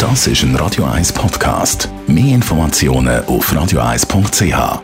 Das ist ein Radio 1 Podcast. Mehr Informationen auf radio1.ch.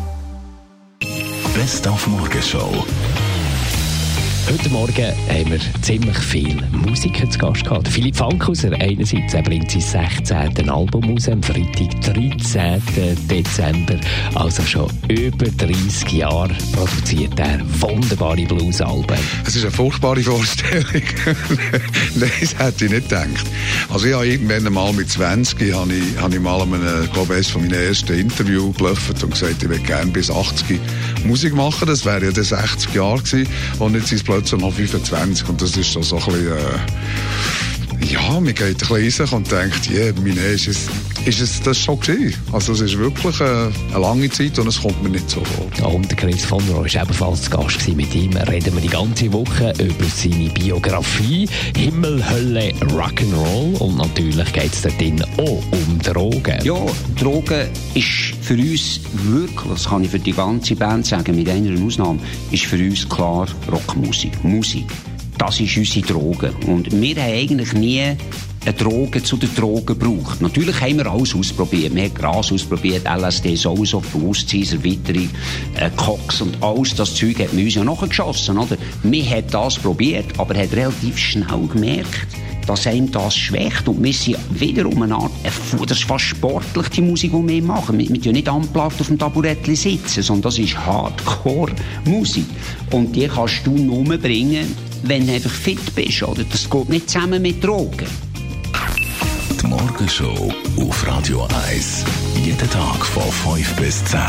Best auf Morgenshow. Heute Morgen haben wir ziemlich viele Musiker zu Gast gehabt. Philipp Fankhauser einerseits, er bringt sein 16. Album raus, am Freitag, 13. Dezember. Also schon über 30 Jahre produziert er wunderbare Bluesalben. Es ist eine furchtbare Vorstellung. Nein, das hätte ich nicht gedacht. Also ich habe irgendwann mal mit 20 habe ich mal an einem, glaube ich, von meinen ersten Interview geblufft und gesagt, ich würde gerne bis 80 Musik machen. Das wäre ja dann 60 Jahre gewesen. Und jetzt ist es plötzlich noch 25. Und das ist so ein bisschen, ja, man geht ein bisschen in sich und denkt, ist es das schon gewesen? Also es ist wirklich eine lange Zeit und es kommt mir nicht so vor. Ja, und der Chris von Roy war ebenfalls zu Gast gewesen. Mit ihm reden wir die ganze Woche über seine Biografie, Himmel, Hölle, Rock'n'Roll, und natürlich geht es dort auch um Drogen. Ja, Drogen ist für uns wirklich, das kann ich für die ganze Band sagen, mit einer Ausnahme, ist für uns klar Rockmusik. Musik. Das ist unsere Droge. Und wir haben eigentlich nie eine Droge zu den Drogen gebraucht. Natürlich haben wir alles ausprobiert. Wir haben Gras ausprobiert, LSD sowieso, Bewusstseinserweiterung, Koks und alles das Zeug hat man uns ja nachgeschossen, oder? Wir haben das probiert, aber hat relativ schnell gemerkt, dass einem das schwächt. Und wir sind wiederum eine Art, das ist fast sportlich, die Musik, die wir machen. Wir müssen ja nicht anplagt auf dem Taburettchen sitzen, sondern das ist Hardcore-Musik. Und die kannst du nur bringen, wenn du einfach fit bist, oder? Das geht nicht zusammen mit Drogen. Die Morgenshow auf Radio 1. Jeden Tag von 5 bis 10.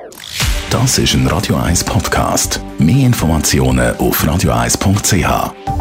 Das ist ein Radio 1 Podcast. Mehr Informationen auf radio1.ch.